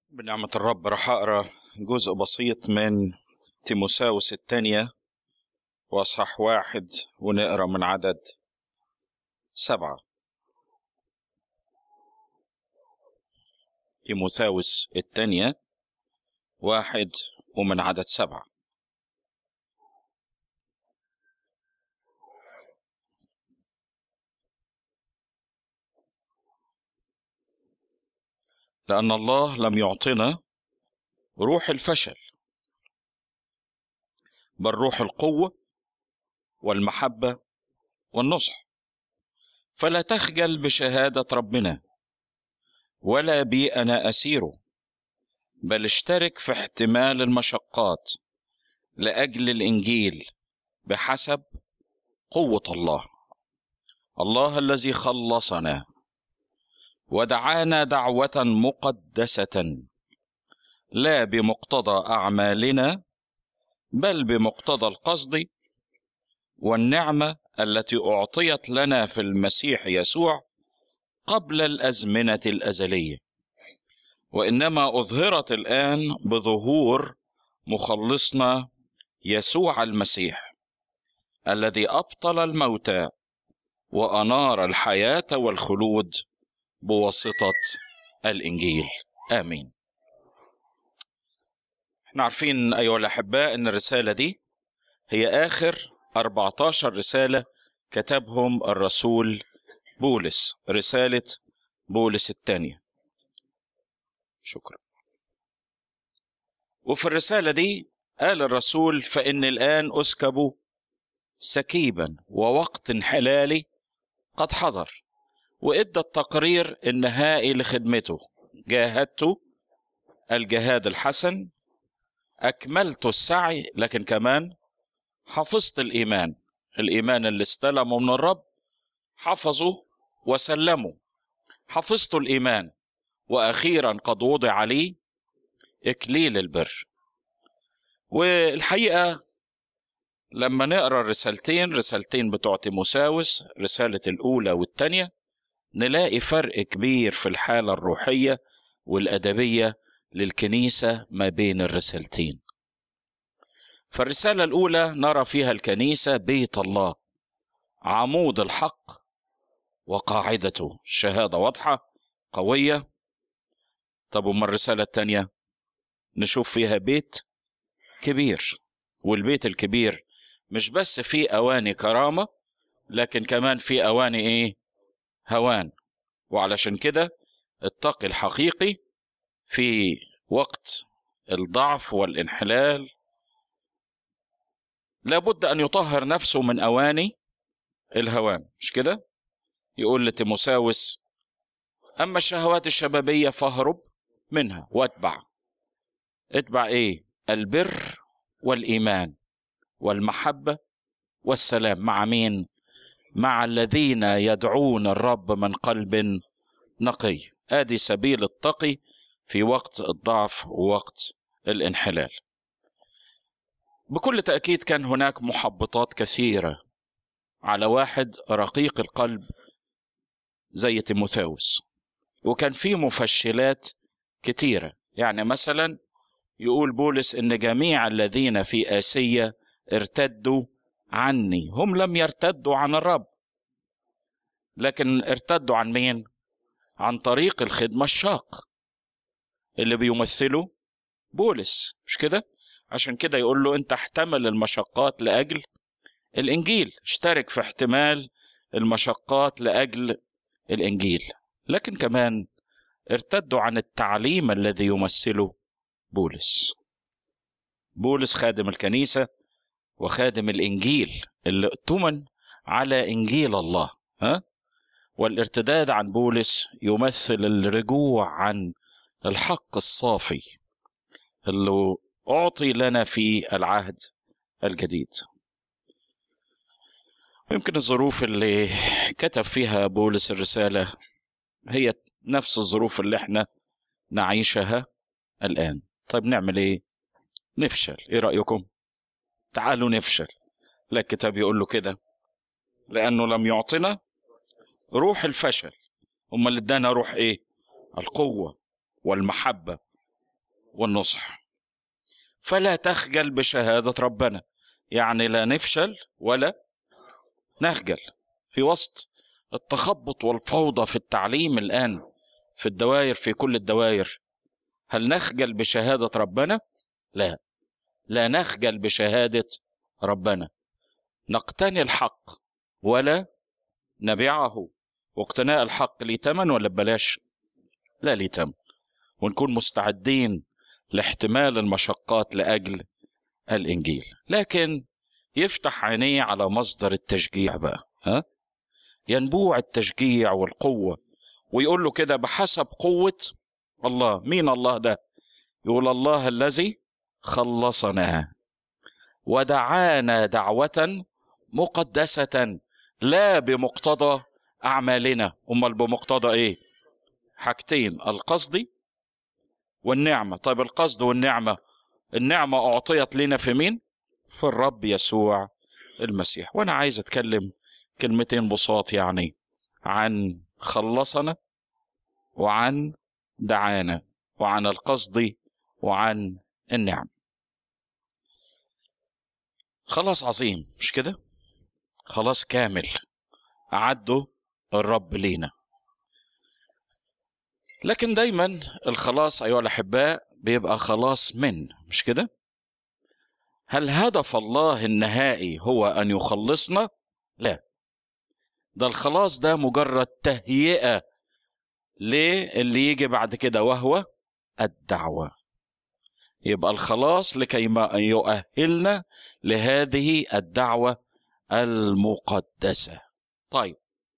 بنعمة الرب راح أقرأ جزء بسيط من تيموثاوس الثانية وأصحاح 1 ونقرأ من عدد 7. تيموثاوس الثانية 1 ومن عدد 7. لأن الله لم يعطنا روح الفشل، بل روح القوة والمحبة والنصح. فلا تخجل بشهادة ربنا ولا بي أنا أسيره، بل اشترك في احتمال المشقات لأجل الإنجيل بحسب قوة الله الذي خلصنا ودعانا دعوة مقدسة لا بمقتضى أعمالنا، بل بمقتضى القصد والنعمة التي أعطيت لنا في المسيح يسوع قبل الأزمنة الأزلية، وإنما أظهرت الآن بظهور مخلصنا يسوع المسيح الذي أبطل الموتى وأنار الحياة والخلود بواسطة الإنجيل. آمين. احنا عارفين أيها الأحباء أن الرسالة دي هي آخر 14 رسالة كتبهم الرسول بولس، رسالة بولس الثانية. شكرا. وفي الرسالة دي قال الرسول: فإن الآن أسكب سكيبا ووقت انحلالي قد حضر، وإدى التقرير النهائي لخدمته. جاهدت الجهاد الحسن، أكملت السعي، لكن كمان حفظت الإيمان اللي استلموا من الرب، حفظوا وسلموا. حفظت الإيمان، وأخيرا قد وضع لي إكليل البر. والحقيقة لما نقرأ رسالتين بتوع تيموثاوس، رسالة الأولى والثانية، نلاقي فرق كبير في الحالة الروحية والأدبية للكنيسة ما بين الرسالتين. فالرسالة الأولى نرى فيها الكنيسة بيت الله، عمود الحق وقاعدته، شهادة واضحة قوية. طب وما الرسالة الثانية نشوف فيها بيت كبير، والبيت الكبير مش بس فيه أواني كرامة، لكن كمان فيه أواني هوان. وعلشان كده التقي الحقيقي في وقت الضعف والانحلال لابد أن يطهر نفسه من أواني الهوان، مش كده؟ يقول لتيموثاوس: أما الشهوات الشبابية فاهرب منها واتبع البر والإيمان والمحبة والسلام. مع مين؟ مع الذين يدعون الرب من قلب نقي. آدي سبيل التقي في وقت الضعف ووقت الانحلال. بكل تأكيد كان هناك محبطات كثيرة على واحد رقيق القلب زي تيموثاوس، وكان في مفشلات كثيرة. يعني مثلا يقول بولس إن جميع الذين في آسيا ارتدوا عني. هم لم يرتدوا عن الرب، لكن ارتدوا عن مين؟ عن طريق الخدمة الشاق اللي بيمثله بولس، مش كده؟ عشان كده يقول له: انت احتمل المشقات لأجل الإنجيل، اشترك في احتمال المشقات لأجل الإنجيل. لكن كمان ارتدوا عن التعليم الذي يمثله بولس خادم الكنيسة وخادم الإنجيل اللي اؤتمن على إنجيل الله. والارتداد عن بولس يمثل الرجوع عن الحق الصافي اللي أعطي لنا في العهد الجديد. يمكن الظروف اللي كتب فيها بولس الرسالة هي نفس الظروف اللي احنا نعيشها الآن. طيب نعمل ايه؟ نفشل. ايه رأيكم؟ تعالوا نفشل. لا، الكتاب يقول له كده: لأنه لم يعطنا روح الفشل، اللي ادانا روح القوة والمحبة والنصح. فلا تخجل بشهادة ربنا، يعني لا نفشل ولا نخجل. في وسط التخبط والفوضى في التعليم الآن في الدوائر، في كل الدوائر، هل نخجل بشهادة ربنا؟ لا نخجل بشهادة ربنا. نقتني الحق ولا نبيعه. واقتناء الحق ليه تمن ولا ببلاش؟ لا، ليه تمن. ونكون مستعدين لاحتمال المشقات لأجل الإنجيل. لكن يفتح عينيه على مصدر التشجيع بقى، ينبوع التشجيع والقوة، ويقول له كده بحسب قوة الله. مين الله ده؟ يقول الله الذي خلصنا ودعانا دعوة مقدسة لا بمقتضى أعمالنا. أمال بمقتضى إيه؟ حاجتين، القصد والنعمة. طيب القصد والنعمة، النعمة أعطيت لنا في مين؟ في الرب يسوع المسيح. وأنا عايز أتكلم كلمتين بساط يعني عن خلصنا وعن دعانا وعن القصد وعن النعم. خلاص عظيم، مش كده؟ خلاص كامل أعده الرب لينا. لكن دايما الخلاص أيها الأحباء بيبقى خلاص مش كده؟ هل هدف الله النهائي هو أن يخلصنا؟ لا، ده الخلاص ده مجرد تهيئة للي يجي بعد كده، وهو الدعوة. يبقى الخلاص لكي ما يؤهلنا لهذه الدعوة المقدسة. طيب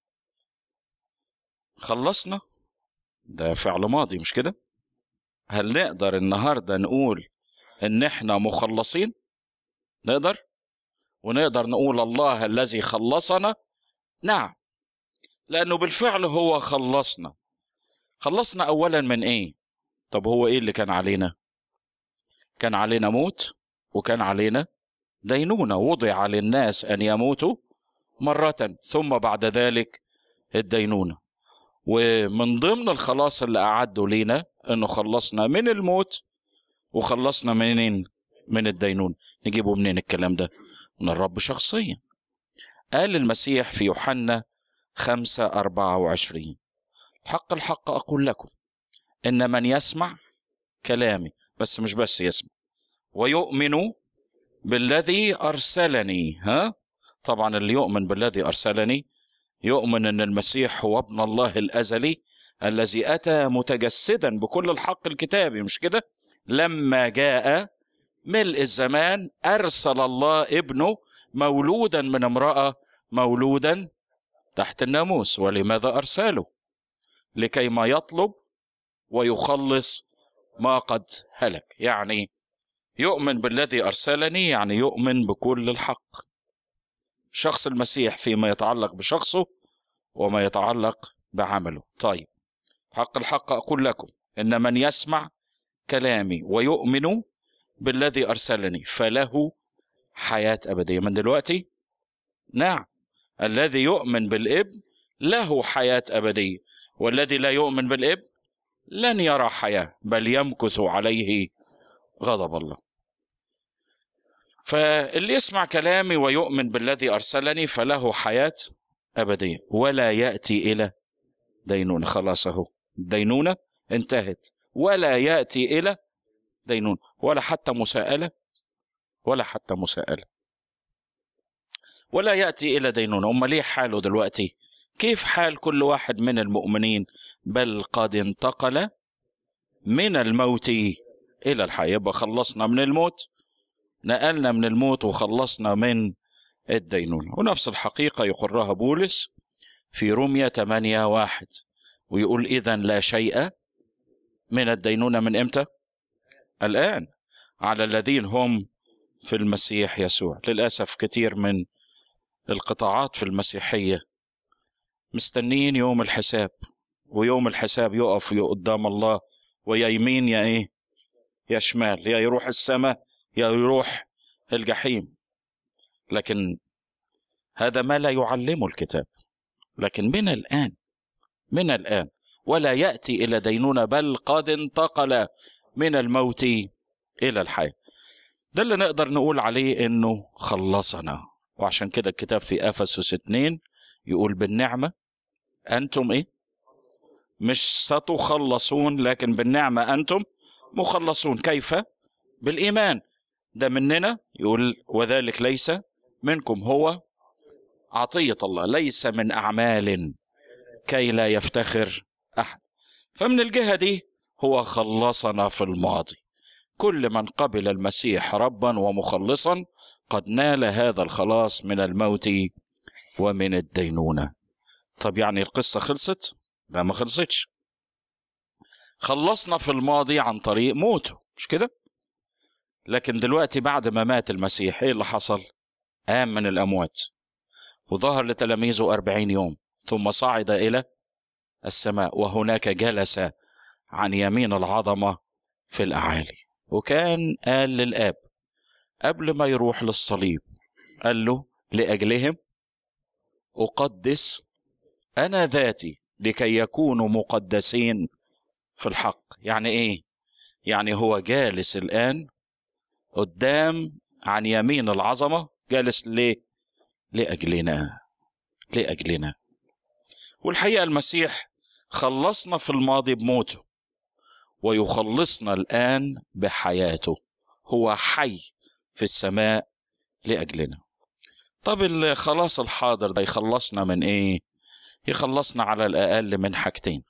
خلصنا، ده فعل ماضي مش كده؟ هل نقدر النهاردة نقول ان احنا مخلصين؟ نقدر؟ ونقدر نقول الله الذي خلصنا؟ نعم، لأنه بالفعل هو خلصنا. خلصنا أولا من إيه؟ طب هو إيه اللي كان علينا؟ كان علينا موت، وكان علينا دينونة. وضع للناس أن يموتوا مرة، ثم بعد ذلك الدينونة. ومن ضمن الخلاص اللي أعده لينا أنه خلصنا من الموت وخلصنا من الدينونة. نجيبه منين الكلام ده؟ من الرب شخصيا. قال المسيح في يوحنا 5:24: الحق الحق أقول لكم إن من يسمع كلامي، مش بس يسمع، ويؤمن بالذي أرسلني. طبعا اللي يؤمن بالذي أرسلني يؤمن أن المسيح هو ابن الله الأزلي الذي أتى متجسدا بكل الحق الكتابي، مش كده؟ لما جاء ملء الزمان أرسل الله ابنه مولودا من امرأة، مولودا تحت الناموس. ولماذا أرسله؟ لكي ما يطلب ويخلص ما قد هلك. يعني يؤمن بالذي أرسلني يعني يؤمن بكل الحق. شخص المسيح فيما يتعلق بشخصه وما يتعلق بعمله. طيب حق الحق أقول لكم إن من يسمع كلامي ويؤمن بالذي أرسلني فله حياة أبدية. من دلوقتي؟ نعم، الذي يؤمن بالابن له حياة أبدية، والذي لا يؤمن بالابن لن يرى حياة بل يمكث عليه غضب الله. فاللي يسمع كلامي ويؤمن بالذي أرسلني فله حياة أبدية ولا يأتي إلى دينونة. خلاص اهو الدينونة انتهت، ولا يأتي إلى دينونة ولا حتى مساءلة، ولا حتى مساءلة، ولا يأتي إلى دينونة. أما ليه حاله دلوقتي؟ كيف حال كل واحد من المؤمنين؟ بل قد انتقل من الموت إلى الحياة. يبقى خلصنا من الموت، نقلنا من الموت وخلصنا من الدينونة. ونفس الحقيقة يقرها بولس في رومية 8:1 ويقول: إذن لا شيء من الدينونة من إمتى؟ الآن على الذين هم في المسيح يسوع. للأسف كثير من القطاعات في المسيحية مستنين يوم الحساب، ويوم الحساب يقف قدام الله ويا يمين يا إيه؟ يا شمال، يا يروح السماء يا يروح الجحيم. لكن هذا ما لا يعلمه الكتاب. لكن من الآن ولا يأتي إلى دينونة بل قد انتقل من الموت إلى الحياة. ده اللي نقدر نقول عليه إنه خلصنا. وعشان كده الكتاب في أفسس 2 يقول بالنعمة أنتم إيه؟ مش ستخلصون، لكن بالنعمة أنتم مخلصون. كيف؟ بالإيمان. ده مننا، يقول وذلك ليس منكم، هو عطية الله، ليس من أعمال كي لا يفتخر أحد. فمن الجهة دي هو خلصنا في الماضي. كل من قبل المسيح ربا ومخلصا قد نال هذا الخلاص من الموت ومن الدينونة. طب يعني القصة خلصت؟ لا، ما خلصتش. خلصنا في الماضي عن طريق موته، مش كده؟ لكن دلوقتي بعد ما مات المسيح ايه اللي حصل؟ قام من الأموات وظهر لتلاميذه 40 يوم، ثم صعد إلى السماء، وهناك جلس عن يمين العظمة في الأعالي. وكان قال للآب قبل ما يروح للصليب، قال له لأجلهم أقدس أنا ذاتي لكي يكونوا مقدسين في الحق. يعني إيه؟ يعني هو جالس الآن قدام عن يمين العظمة، جالس ليه؟ لأجلنا. والحقيقة المسيح خلصنا في الماضي بموته، ويخلصنا الآن بحياته. هو حي في السماء لأجلنا. طب الخلاص الحاضر ده يخلصنا من إيه؟ يخلصنا على الأقل من حاجتين.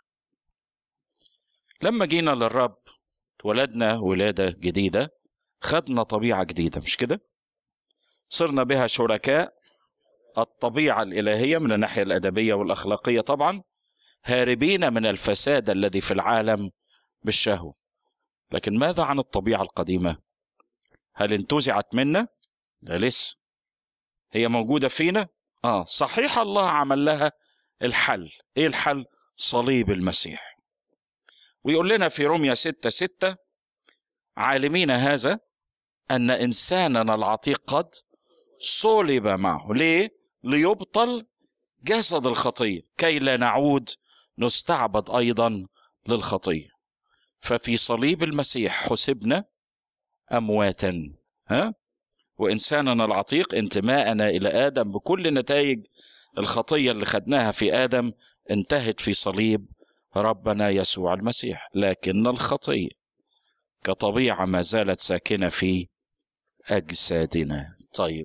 لما جينا للرب اتولدنا ولادة جديدة، خدنا طبيعة جديدة، مش كده؟ صرنا بها شركاء الطبيعة الإلهية من الناحية الأدبية والأخلاقية طبعا، هاربين من الفساد الذي في العالم بالشهوة. لكن ماذا عن الطبيعة القديمة؟ هل انتزعت منا؟ لا، لسه هي موجودة فينا. صحيح، الله عمل لها الحل. ايه الحل؟ صليب المسيح. ويقول لنا في روميا 6:6 عالمين هذا أن إنساننا العتيق قد صلب معه. ليه؟ ليبطل جسد الخطية كي لا نعود نستعبد أيضا للخطية. ففي صليب المسيح حسبنا أمواتا. وإنساننا العتيق انتماءنا إلى آدم بكل نتائج الخطية اللي خدناها في آدم انتهت في صليب ربنا يسوع المسيح. لكن الخطية كطبيعة ما زالت ساكنة في أجسادنا. طيب،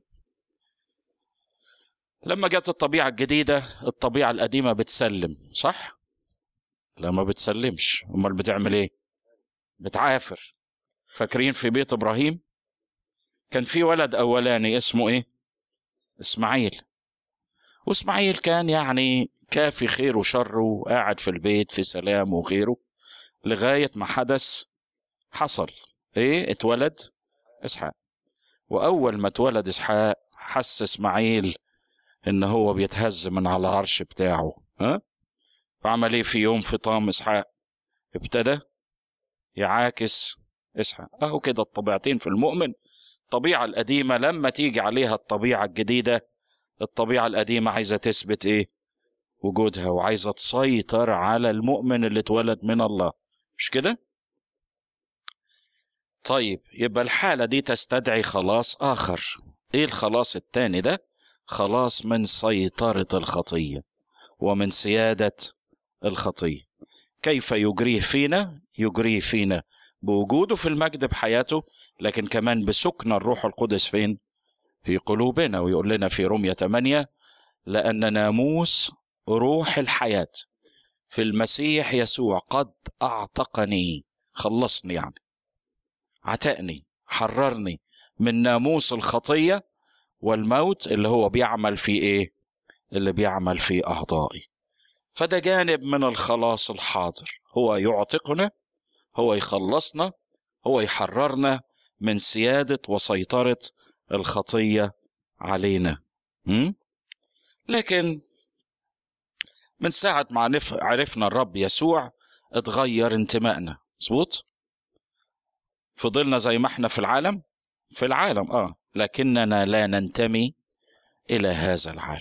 لما جت الطبيعة الجديدة، الطبيعة القديمة بتسلم، صح؟ لا، ما بتسلمش. امال بتعمل ايه؟ بتعافر. فاكرين في بيت إبراهيم كان في ولد أولاني اسمه ايه؟ إسماعيل. وإسماعيل كان يعني كافي خير وشر، وقاعد في البيت في سلام وغيره، لغاية ما حصل ايه؟ اتولد إسحاق. وأول ما اتولد إسحاق حس إسماعيل إن هو بيتهز من على العرش بتاعه. فعمل ايه في يوم فطام إسحاق؟ ابتدى يعاكس إسحاق. اهو كده الطبيعتين في المؤمن. الطبيعة القديمة لما تيجي عليها الطبيعة الجديدة، الطبيعة القديمة عايزة تثبت ايه؟ وجودها، وعايزة تسيطر على المؤمن اللي اتولد من الله، مش كده؟ طيب، يبقى الحالة دي تستدعي خلاص آخر. ايه الخلاص التاني ده؟ خلاص من سيطرة الخطية ومن سيادة الخطية. كيف يجريه فينا؟ يجريه فينا بوجوده في المجد بحياته، لكن كمان بسكن الروح القدس فين؟ في قلوبنا. ويقول لنا في روميا 8 لأن ناموس روح الحياة في المسيح يسوع قد أعتقني. خلصني يعني، عتقني، حررني من ناموس الخطية والموت اللي هو بيعمل في ايه؟ اللي بيعمل في أعضائي. فده جانب من الخلاص الحاضر. هو يعتقنا، هو يخلصنا، هو يحررنا من سيادة وسيطرة الخطية علينا. لكن من ساعة ما عرفنا الرب يسوع اتغير انتمائنا. مظبوط؟ فضلنا زي ما احنا في العالم لكننا لا ننتمي إلى هذا العالم.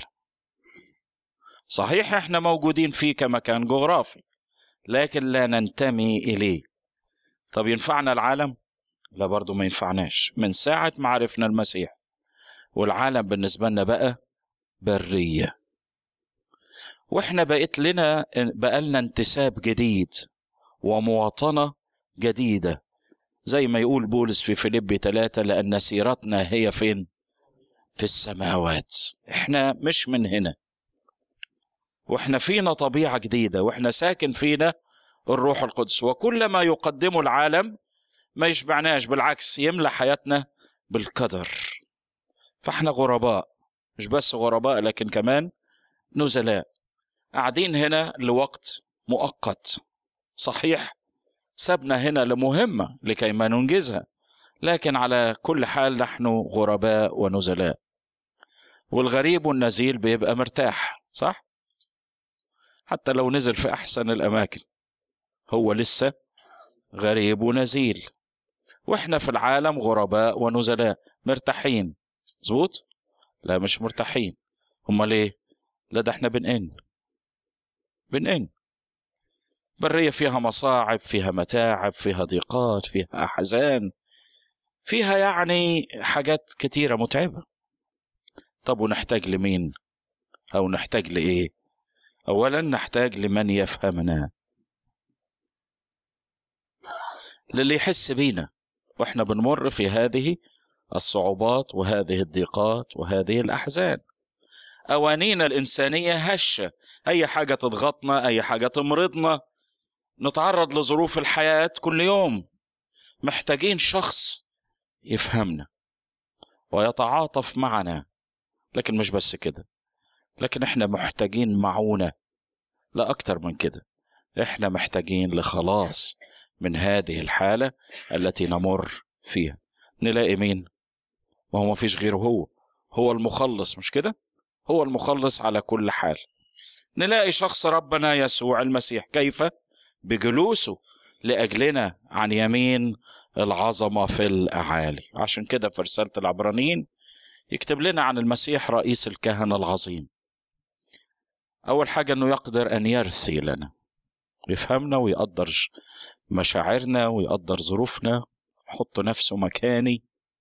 صحيح احنا موجودين فيه كمكان جغرافي، لكن لا ننتمي إليه. طب ينفعنا العالم؟ لا، برضو ما ينفعناش من ساعة ما عرفنا المسيح. والعالم بالنسبة لنا بقى برية، واحنا بقى لنا انتساب جديد ومواطنة جديدة، زي ما يقول بولس في فيليبي 3: لأن سيرتنا هي فين؟ في السماوات. احنا مش من هنا، واحنا فينا طبيعة جديدة، واحنا ساكن فينا الروح القدس. وكل ما يقدمه العالم ما يشبعناش، بالعكس يملى حياتنا بالقدر. فاحنا غرباء، مش بس غرباء لكن كمان نزلاء، قاعدين هنا لوقت مؤقت. صحيح سبنا هنا لمهمة لكي ما ننجزها، لكن على كل حال نحن غرباء ونزلاء. والغريب والنزيل بيبقى مرتاح، صح؟ حتى لو نزل في أحسن الأماكن هو لسه غريب ونزيل. واحنا في العالم غرباء ونزلاء مرتاحين، مظبوط؟ لا، مش مرتاحين. هم ليه؟ لا، ده احنا بنئن. برية فيها مصاعب، فيها متاعب، فيها ضيقات، فيها أحزان، فيها يعني حاجات كتيرة متعبة. طب ونحتاج لمين؟ أو نحتاج لإيه؟ أولا نحتاج لمن يفهمنا، للي يحس بينا وإحنا بنمر في هذه الصعوبات وهذه الضيقات وهذه الأحزان. أوانينا الإنسانية هشة، أي حاجة تضغطنا، أي حاجة تمرضنا، نتعرض لظروف الحياة كل يوم. محتاجين شخص يفهمنا ويتعاطف معنا. لكن مش بس كده، لكن احنا محتاجين معونة، لا أكتر من كده. احنا محتاجين لخلاص من هذه الحالة التي نمر فيها. نلاقي مين؟ وهو ما فيش غيره، هو المخلص، مش كده؟ هو المخلص على كل حال. نلاقي شخص ربنا يسوع المسيح، كيف؟ بجلوسه لأجلنا عن يمين العظمة في الأعالي. عشان كده في رسالة العبرانيين يكتب لنا عن المسيح رئيس الكهنة العظيم. أول حاجة أنه يقدر أن يرثي لنا، يفهمنا ويقدر مشاعرنا ويقدر ظروفنا، يحط نفسه مكاني.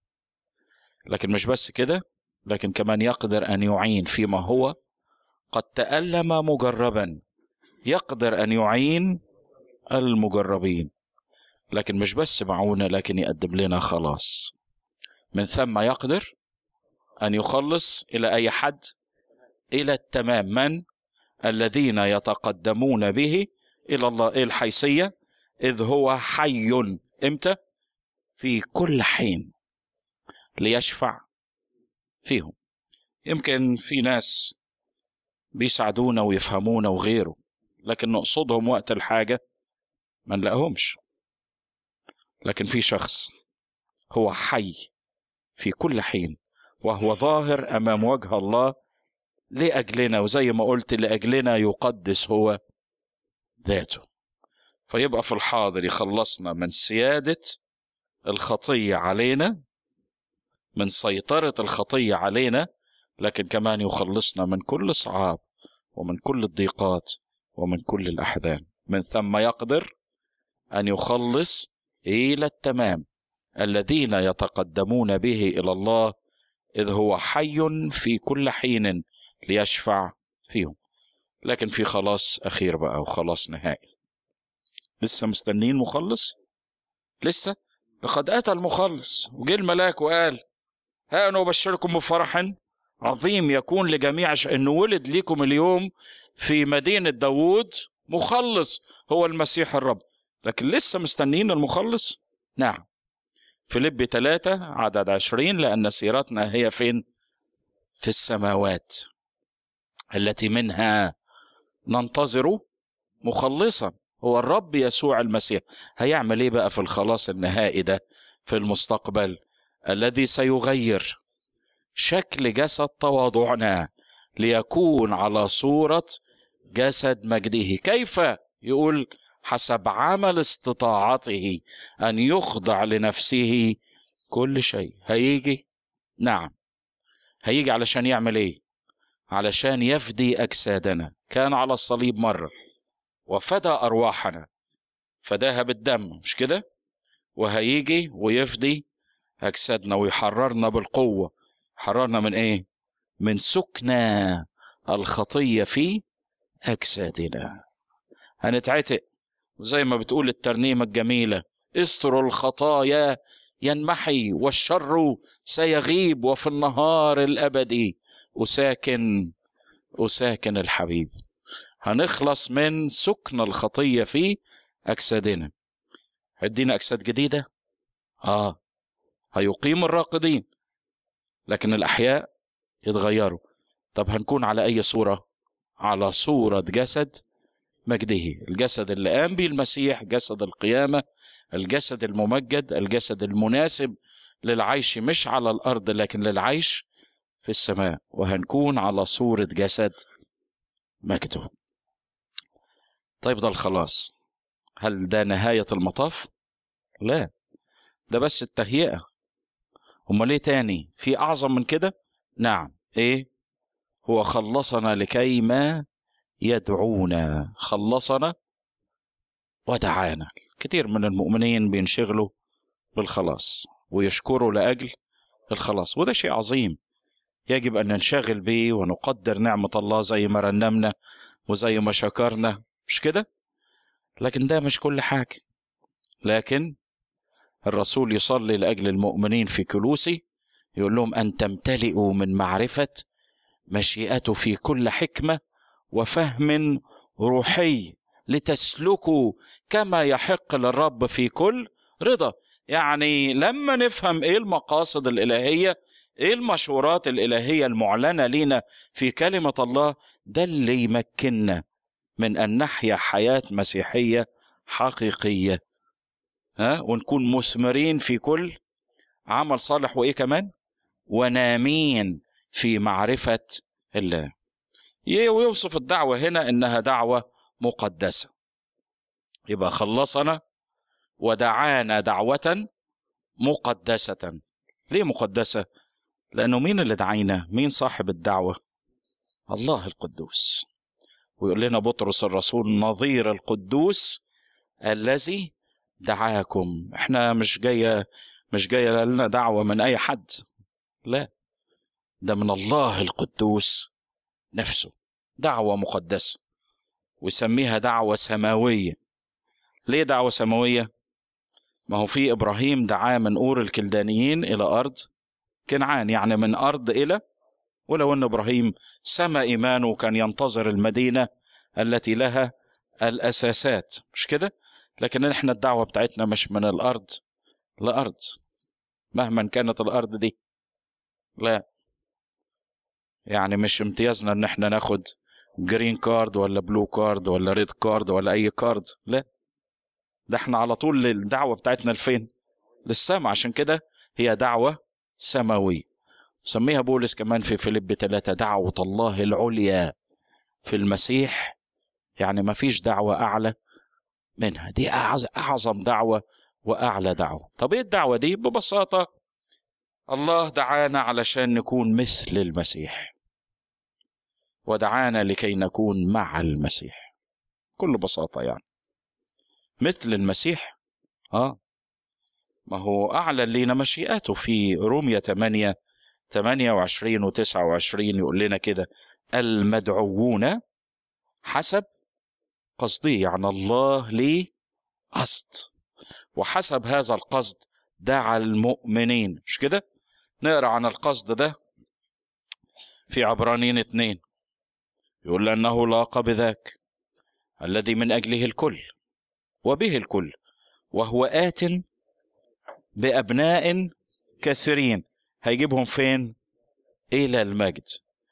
لكن مش بس كده، لكن كمان يقدر أن يعين فيما هو قد تألم مجربا، يقدر أن يعين المجربين. لكن مش بس معونة، لكن يقدم لنا خلاص. من ثم يقدر أن يخلص إلى أي حد؟ إلى التمام. من؟ الذين يتقدمون به إلى الله. إيه الحيثية؟ إذ هو حي. إمتى؟ في كل حين ليشفع فيهم. يمكن في ناس بيساعدونا ويفهمونا وغيره، لكن نقصدهم وقت الحاجة ما نلاقيهمش. لكن في شخص هو حي في كل حين، وهو ظاهر أمام وجه الله لأجلنا، وزي ما قلت لأجلنا يقدس هو ذاته. فيبقى في الحاضر يخلصنا من سيادة الخطية علينا، من سيطرة الخطية علينا، لكن كمان يخلصنا من كل صعاب ومن كل الضيقات ومن كل الأحزان. من ثم يقدر أن يخلص إلى التمام الذين يتقدمون به إلى الله، إذ هو حي في كل حين ليشفع فيهم. لكن في خلاص أخير بقى وخلاص نهائي. لسه مستنين مخلص؟ لسه؟ لقد أتى المخلص، وجه الملاك وقال: ها أنا أبشركم بفرح عظيم يكون لجميع إنه ولد لكم اليوم في مدينة داود مخلص هو المسيح الرب. لكن لسه مستنين المخلص؟ نعم. فيليبي 3 عدد 20: لأن سيرتنا هي فين؟ في السماوات التي منها ننتظر مخلصا هو الرب يسوع المسيح. هيعمل ايه بقى في الخلاص النهائي ده في المستقبل؟ الذي سيغير شكل جسد تواضعنا ليكون على صورة جسد مجده. كيف؟ يقول: حسب عمل استطاعته أن يخضع لنفسه كل شيء. هيجي؟ نعم، هيجي علشان يعمل ايه؟ علشان يفدي أجسادنا. كان على الصليب مرة وفدى أرواحنا، فداها بالدم، مش كده؟ وهيجي ويفدي أجسادنا ويحررنا بالقوة. حررنا من إيه؟ من سكنى الخطية في أجسادنا. هنتعتق، وزي ما بتقول الترنيمة الجميلة: استر الخطايا ينمحي والشر سيغيب وفي النهار الأبدي أساكن الحبيب. هنخلص من سكن الخطية في أجسادنا. هدينا أجساد جديدة، هيقيم الراقدين، لكن الأحياء يتغيروا. طب هنكون على أي صورة؟ على صورة جسد مجده، الجسد اللي قام به المسيح، جسد القيامة، الجسد الممجد، الجسد المناسب للعيش مش على الأرض لكن للعيش في السماء. وهنكون على صورة جسد مجده. طيب ده الخلاص، هل ده نهاية المطاف؟ لا، ده بس التهيئة. امال ايه تاني؟ في أعظم من كده؟ نعم. ايه هو؟ خلصنا لكي ما يدعونا. خلصنا ودعانا. كتير من المؤمنين بينشغلوا بالخلاص ويشكروا لأجل الخلاص، وده شيء عظيم يجب أن ننشغل به ونقدر نعمة الله زي ما رنمنا وزي ما شكرنا، مش كده؟ لكن ده مش كل حاجة. لكن الرسول يصلي لأجل المؤمنين في كولوسي، يقول لهم أن تمتلئوا من معرفة مشيئته في كل حكمة وفهم روحي لتسلكوا كما يحق للرب في كل رضا. يعني لما نفهم ايه المقاصد الإلهية، ايه المشورات الإلهية المعلنة لنا في كلمة الله، ده اللي يمكننا من أن نحيا حياة مسيحية حقيقية، ونكون مثمرين في كل عمل صالح، وإيه كمان؟ ونامين في معرفة الله. ويوصف الدعوة هنا إنها دعوة مقدسة. يبقى خلصنا ودعانا دعوة مقدسة. ليه مقدسة؟ لأنه مين اللي دعينا؟ مين صاحب الدعوة؟ الله القدوس. ويقول لنا بطرس الرسول: نظير القدوس الذي دعاكم. احنا مش جاية لنا دعوة من أي حد، لا، ده من الله القدوس نفسه. دعوة مقدسة، ويسميها دعوة سماوية. ليه دعوة سماوية؟ ما هو في إبراهيم دعاه من أور الكلدانيين إلى أرض كنعان، يعني من أرض إلى، ولو أن إبراهيم سمى إيمانه كان ينتظر المدينة التي لها الأساسات، مش كده؟ لكن إحنا الدعوة بتاعتنا مش من الأرض لأرض مهما كانت الأرض دي، لا. يعني مش امتيازنا ان احنا ناخد جرين كارد ولا بلو كارد ولا ريد كارد ولا اي كارد، لا، ده احنا على طول الدعوة بتاعتنا لفين؟ للسماء. عشان كده هي دعوة سماوية. سميها بولس كمان في فيليب 3 دعوة الله العليا في المسيح. يعني ما فيش دعوة أعلى منها، دي أعظم دعوة وأعلى دعوة. طب إيه الدعوة دي؟ ببساطة الله دعانا علشان نكون مثل المسيح، ودعانا لكي نكون مع المسيح. كل بساطة يعني مثل المسيح. ما هو أعلن لنا مشيئته في رومية 8:28 و29 يقول لنا كده: المدعوون حسب قصده. يعني الله ليه قصد، وحسب هذا القصد دعا المؤمنين، مش كده؟ نقرأ عن القصد ده في عبرانيين 2، يقول لأنه لاق بذاك الذي من أجله الكل وبه الكل وهو آت بأبناء كثيرين. هيجيبهم فين؟ إلى المجد.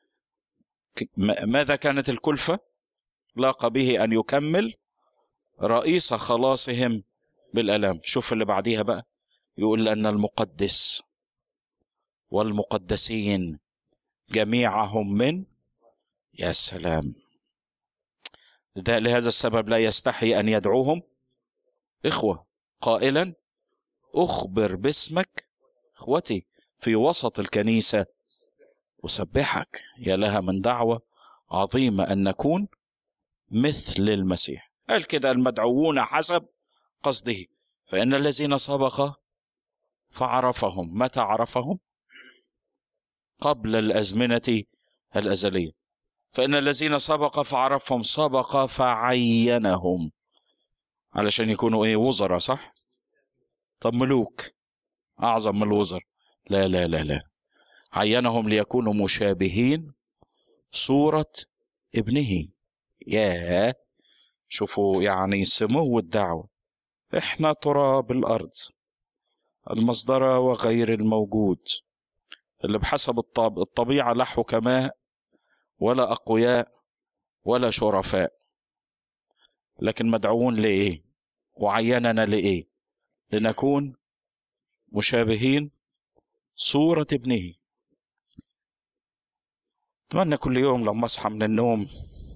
ماذا كانت الكلفة؟ لاق به أن يكمل رئيس خلاصهم بالألام. شوف اللي بعديها بقى، يقول لأن المقدس والمقدسين جميعهم من، يا سلام، لهذا السبب لا يستحي أن يدعوهم إخوة قائلا: أخبر باسمك إخوتي في وسط الكنيسة أسبحك. يا لها من دعوة عظيمة أن نكون مثل المسيح. قال كده: المدعوون حسب قصده. فإن الذين سبق فعرفهم. متى عرفهم؟ قبل الأزمنة الأزلية. فإن الذين سبق فعرفهم سبق فعينهم علشان يكونوا ايه؟ وزراء، صح؟ طب ملوك أعظم من الوزراء؟ لا لا لا لا، عينهم ليكونوا مشابهين صورة ابنه. ياه، شوفوا يعني سمو الدعوة. احنا تراب الأرض، المصدرة وغير الموجود، اللي بحسب الطبيعة لا حكماء ولا أقوياء ولا شرفاء، لكن مدعوون لإيه؟ وعيننا لإيه؟ لنكون مشابهين صورة ابنه. أتمنى كل يوم لما أصحى من النوم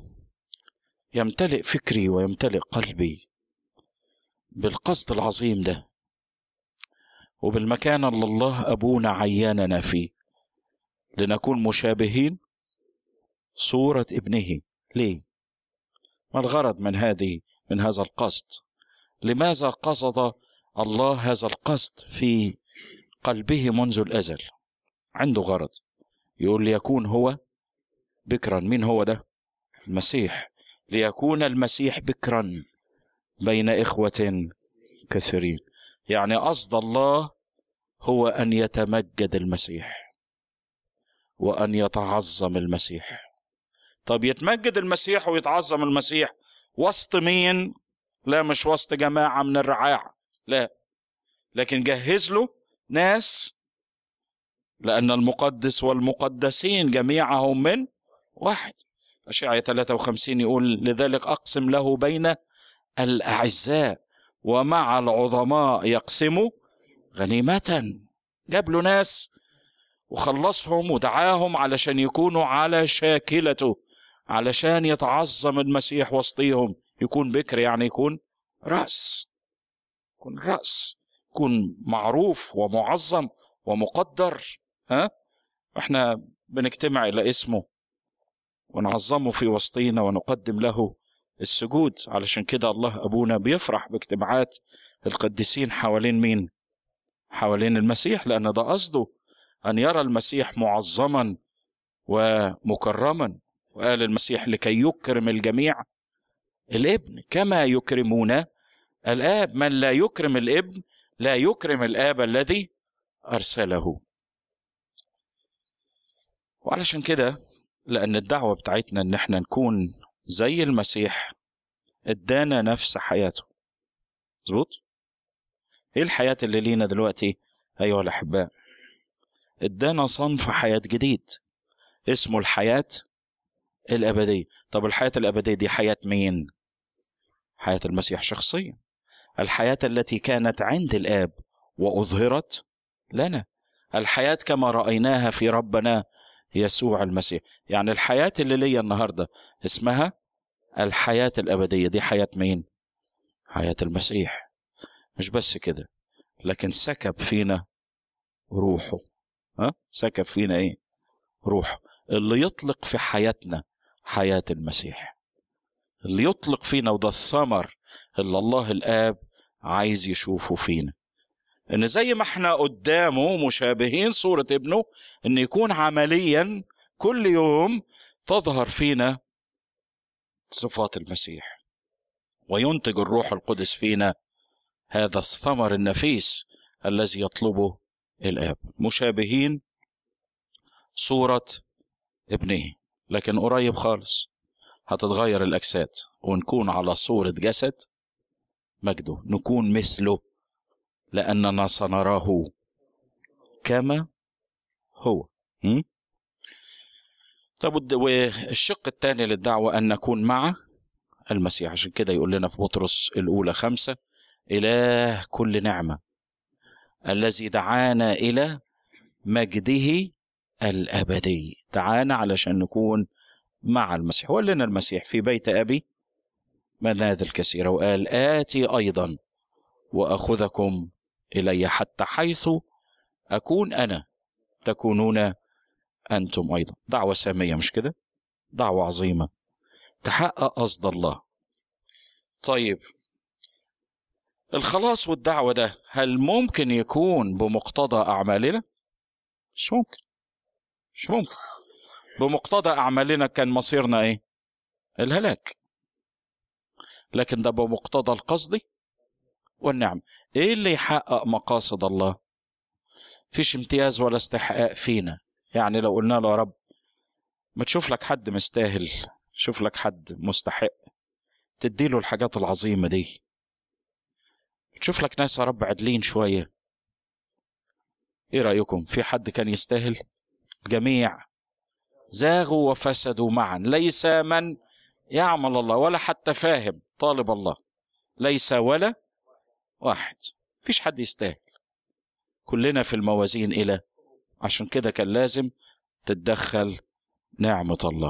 يمتلئ فكري ويمتلئ قلبي بالقصد العظيم ده، وبالمكان اللي الله أبونا عيننا فيه، لنكون مشابهين صورة ابنه. ليه؟ ما الغرض من هذا القصد؟ لماذا قصد الله هذا القصد في قلبه منذ الأزل؟ عنده غرض، يقول ليكون هو بكرا. مين هو ده؟ المسيح. ليكون المسيح بكرا بين إخوة كثيرين. يعني قصد الله هو أن يتمجد المسيح وأن يتعظم المسيح. طب يتمجد المسيح ويتعظم المسيح وسط مين؟ لا، مش وسط جماعة من الرعاع، لا، لكن جهز له ناس، لأن المقدس والمقدسين جميعهم من واحد. أشعياء 53 يقول لذلك أقسم له بين الأعزاء ومع العظماء يقسموا غنيمة. جاب له ناس وخلصهم ودعاهم علشان يكونوا على شاكلته، علشان يتعظم المسيح وسطيهم. يكون بكر يعني يكون رأس، يكون معروف ومعظم ومقدر. احنا بنجتمع إلى اسمه ونعظمه في وسطينا ونقدم له السجود. علشان كده الله أبونا بيفرح باجتماعات القديسين حوالين مين؟ حوالين المسيح، لأن ده قصده أن يرى المسيح معظما ومكرما. وقال المسيح لكي يكرم الجميع الابن كما يكرمون الآب. من لا يكرم الابن لا يكرم الآب الذي أرسله. وعلشان كده، لأن الدعوة بتاعتنا أن احنا نكون زي المسيح، ادانا نفس حياته. مظبوط؟ ايه الحياة اللي لينا دلوقتي أيها الأحباء؟ ادانا صنف حياة جديد اسمه الحياة الأبدية. طب الحياة الأبدية دي حياة مين؟ حياة المسيح شخصيا، الحياة التي كانت عند الآب وأظهرت لنا، الحياة كما رأيناها في ربنا يسوع المسيح. يعني الحياة اللي ليا النهاردة اسمها الحياة الأبدية. دي حياة مين؟ حياة المسيح. مش بس كده، لكن سكب فينا روحه. سكب فينا ايه؟ روحه اللي يطلق في حياتنا حياة المسيح، اللي يطلق فينا. وده الثمر اللي الله الآب عايز يشوفه فينا، ان زي ما احنا قدامه مشابهين صورة ابنه، ان يكون عمليا كل يوم تظهر فينا صفات المسيح، وينتج الروح القدس فينا هذا الثمر النفيس الذي يطلبه الآب. مشابهين صورة ابنه، لكن قريب خالص هتتغير الأجساد ونكون على صورة جسد مجده، نكون مثله، لأننا سنراه كما هو. طب والشق الثاني للدعوة أن نكون مع المسيح. عشان كده يقول لنا في بطرس الأولى 5: إله كل نعمة الذي دعانا إلى مجده الأبدي. دعانا علشان نكون مع المسيح. وقال لنا المسيح في بيت أبي منازل كثيرة، وقال آتي أيضا وأخذكم إلي حتى حيث أكون أنا تكونون أنتم أيضا. دعوة سامية، مش كده؟ دعوة عظيمة تحقق قصد الله. طيب الخلاص والدعوة ده هل ممكن يكون بمقتضى أعمالنا؟ مش ممكن. مش ممكن. بمقتضى أعمالنا كان مصيرنا إيه؟ الهلاك. لكن ده بمقتضى القصد والنعم. إيه اللي يحقق مقاصد الله؟ فيش امتياز ولا استحقاق فينا. يعني لو قلنا له يا رب ما تشوف لك حد مستاهل، شوف لك حد مستحق تديله الحاجات العظيمة دي، تشوف لك ناس يا رب عدلين شوية. ايه رأيكم؟ في حد كان يستاهل؟ جميع زاغوا وفسدوا معا، ليس من يعمل الله ولا حتى فاهم طالب الله، ليس ولا واحد. فيش حد يستاهل، كلنا في الموازين إلى. عشان كده كان لازم تتدخل نعمة الله.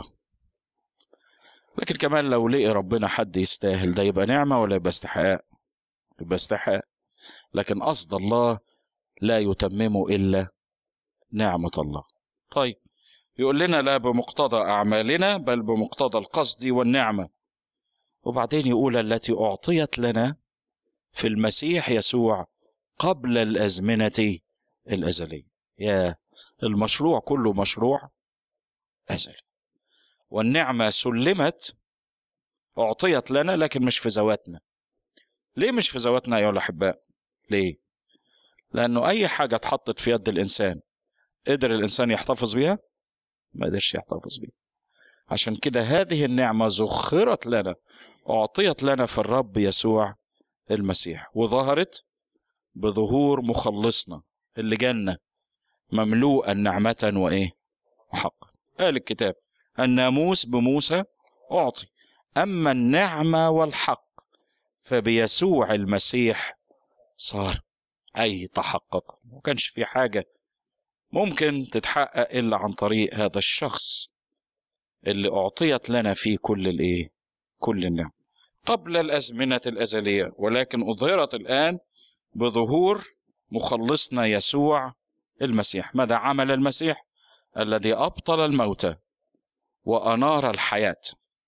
لكن كمان لو لقي ربنا حد يستاهل، ده يبقى نعمة ولا يبقى استحقاق؟ يبقى استحقاق. لكن قصد الله لا يتممه إلا نعمة الله. طيب يقول لنا لا بمقتضى أعمالنا بل بمقتضى القصد والنعمة. وبعدين يقول التي أعطيت لنا في المسيح يسوع قبل الأزمنة الأزلية. يا المشروع كله مشروع أزلي، والنعمة سلمت أعطيت لنا لكن مش في ذواتنا. ليه مش في ذواتنا أيها الأحباء؟ ليه؟ لأنه أي حاجة اتحطت في يد الإنسان قدر الإنسان يحتفظ بيها؟ ما قدرش يحتفظ بيها. عشان كده هذه النعمة زخرت لنا، أعطيت لنا في الرب يسوع المسيح، وظهرت بظهور مخلصنا اللي جنة مملوءا نعمة وإيه؟ وحقا. قال الكتاب الناموس بموسى أعطي، أما النعمة والحق فبيسوع المسيح صار. أي تحقق. ما كانش في حاجة ممكن تتحقق إلا عن طريق هذا الشخص اللي أعطيت لنا فيه كل الإيه؟ كل النعم قبل الأزمنة الأزلية، ولكن أظهرت الآن بظهور مخلصنا يسوع المسيح. ماذا عمل المسيح؟ الذي أبطل الموت وأنار الحياة،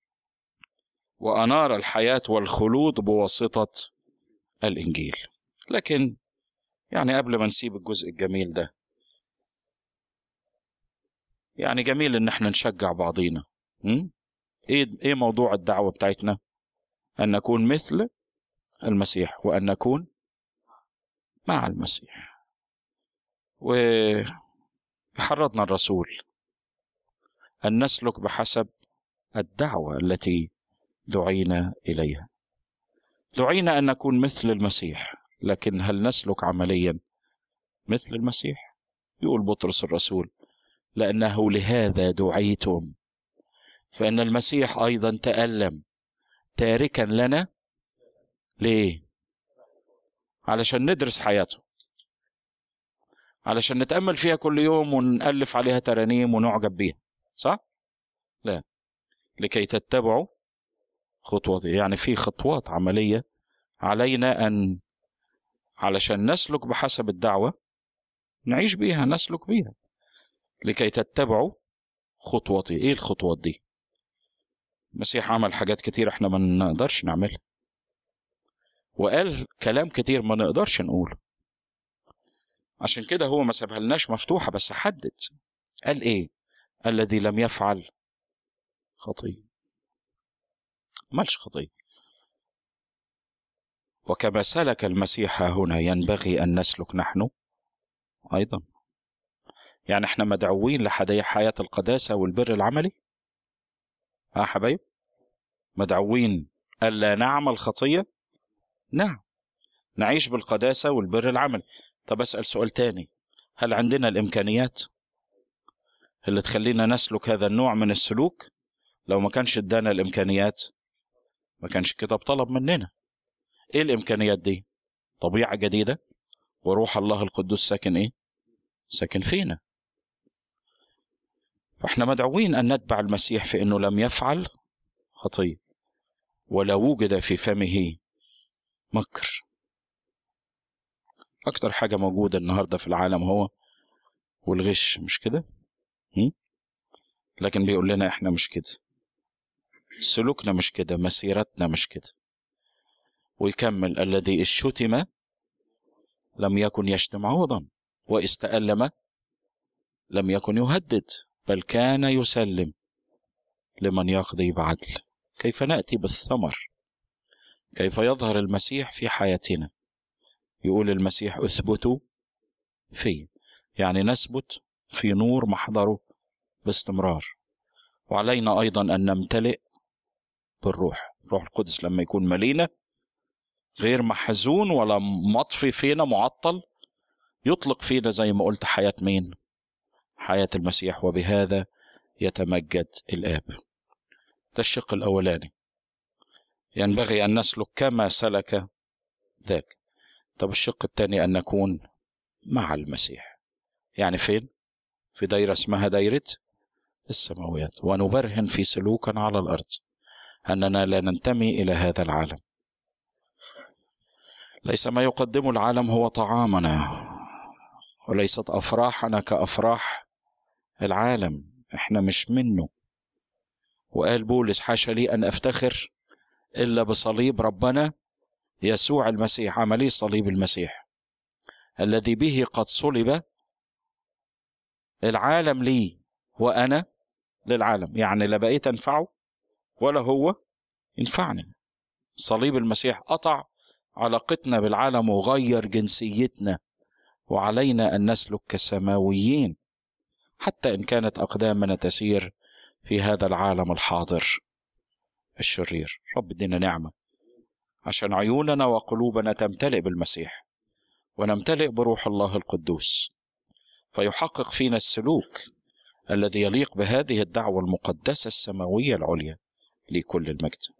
وأنار الحياة والخلود بواسطة الإنجيل. لكن يعني قبل ما نسيب الجزء الجميل ده، يعني جميل ان احنا نشجع بعضينا. ايه موضوع الدعوة بتاعتنا؟ ان نكون مثل المسيح وان نكون مع المسيح. وحرضنا الرسول ان نسلك بحسب الدعوة التي دعينا اليها. دعينا ان نكون مثل المسيح، لكن هل نسلك عمليا مثل المسيح؟ يقول بطرس الرسول لأنه لهذا دعيتم، فإن المسيح أيضا تألم تاركا لنا. ليه؟ علشان ندرس حياته، علشان نتأمل فيها كل يوم ونألف عليها ترانيم ونعجب بيها، صح؟ لا، لكي تتبعوا خطواتي. يعني في خطوات عملية علينا أن علشان نسلك بحسب الدعوة نعيش بيها، نسلك بيها لكي تتبعوا خطواتي. ايه الخطوات دي؟ المسيح عمل حاجات كتير احنا ما نقدرش نعملها، وقال كلام كتير ما نقدرش نقوله. عشان كده هو ما سابها لناش مفتوحة، بس حدد. قال ايه؟ الذي لم يفعل خطية مالش خطية. وكما سلك المسيح هنا ينبغي أن نسلك نحن أيضا. يعني احنا مدعوين لحياة القداسة والبر العملي. حبايب، مدعوين ألا نعمل خطية. نعم، نعيش بالقداسة والبر العملي. طب أسأل سؤال تاني، هل عندنا الإمكانيات اللي تخلينا نسلك هذا النوع من السلوك؟ لو ما كانش ادانا الإمكانيات ما كانش الكتاب طلب مننا. ايه الإمكانيات دي؟ طبيعة جديدة، وروح الله القدوس ساكن ايه؟ ساكن فينا. فاحنا مدعوين أن نتبع المسيح في أنه لم يفعل خطية ولا وجد في فمه مكر. أكتر حاجة موجودة النهاردة في العالم هو والغش، مش كده؟ لكن بيقول لنا احنا مش كده، سلوكنا مش كده، مسيرتنا مش كده. ويكمل الذي الشتم لم يكن يشتم عوضا، واستألم لم يكن يهدد، بل كان يسلم لمن يقضي بعدل. كيف نأتي بالثمر؟ كيف يظهر المسيح في حياتنا؟ يقول المسيح اثبتوا فيه، يعني نثبت في نور محضره باستمرار. وعلينا أيضا أن نمتلئ بالروح. الروح القدس لما يكون ملينا غير محزون ولا مطفي فينا معطل، يطلق فينا زي ما قلت حياة مين؟ حياة المسيح، وبهذا يتمجد الآب. ده الشق الأولاني، ينبغي أن نسلك كما سلك ذاك. طب الشق الثاني أن نكون مع المسيح، يعني فين؟ في دايرة اسمها دايرة السماويات، ونبرهن في سلوكنا على الأرض أننا لا ننتمي إلى هذا العالم. ليس ما يقدمه العالم هو طعامنا، وليست أفراحنا كأفراح العالم، احنا مش منه. وقال بولس حاشا لي أن أفتخر إلا بصليب ربنا يسوع المسيح. عملي صليب المسيح الذي به قد صلب العالم لي وأنا للعالم، يعني لا بقيت أنفعه ولا هو ينفعني. صليب المسيح قطع علاقتنا بالعالم وغير جنسيتنا، وعلينا أن نسلك كسماويين حتى إن كانت أقدامنا تسير في هذا العالم الحاضر الشرير. رب ادينا نعمة عشان عيوننا وقلوبنا تمتلئ بالمسيح، ونمتلئ بروح الله القدوس، فيحقق فينا السلوك الذي يليق بهذه الدعوة المقدسة السماوية العليا لكل المجد.